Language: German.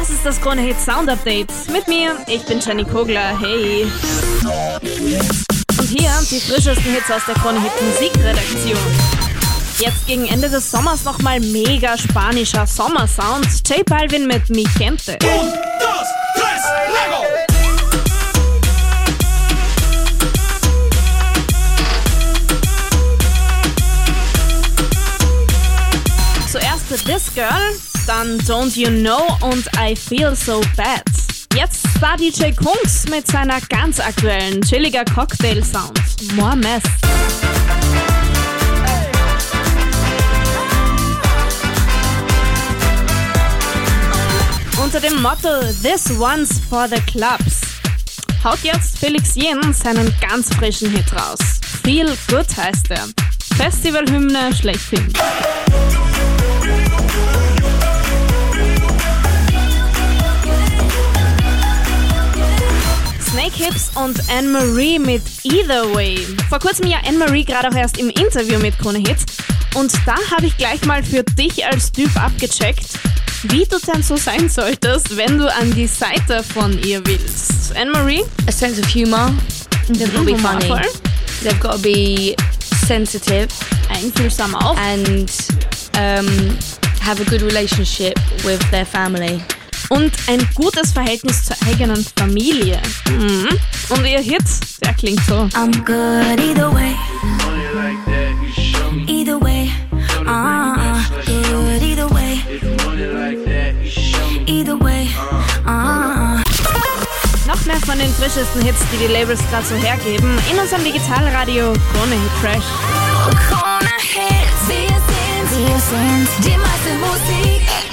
Das ist das Krone Hit Sound Update. Mit mir, ich bin Jenny Kogler, hey. Und hier die frischesten Hits aus der Krone Hit Musikredaktion. Jetzt gegen Ende des Sommers nochmal mega spanischer Sommersound. J Balvin mit Mi Gente. Zuerst This Girl, dann Don't You Know und I Feel So Bad. Jetzt Star DJ Kungs mit seiner ganz aktuellen chilliger Cocktail-Sound. More Mess. Unter dem Motto This One's for the Clubs haut jetzt Felix Jen seinen ganz frischen Hit raus. Feel Good heißt er. Festivalhymne schlechthin. Snake Hips und Anne-Marie mit Either Way. Vor kurzem ja Anne-Marie gerade auch erst im Interview mit Krone Hit. Und da habe ich gleich mal für dich als Typ abgecheckt, wie du denn so sein solltest, wenn du an die Seite von ihr willst. Anne-Marie? A sense of humor. They've got to be funny. They've got to be sensitive. Einfühlsam auch. And have a good relationship with their family. Und ein gutes Verhältnis zur eigenen Familie. Und ihr Hit, der klingt so. I'm good either way. Either way. Good either way. Either way. Noch mehr von den frischesten Hits, die die Labels gerade so hergeben, in unserem Digitalradio Krone Hit Fresh. Krone Hit, wir sind die meiste Musik.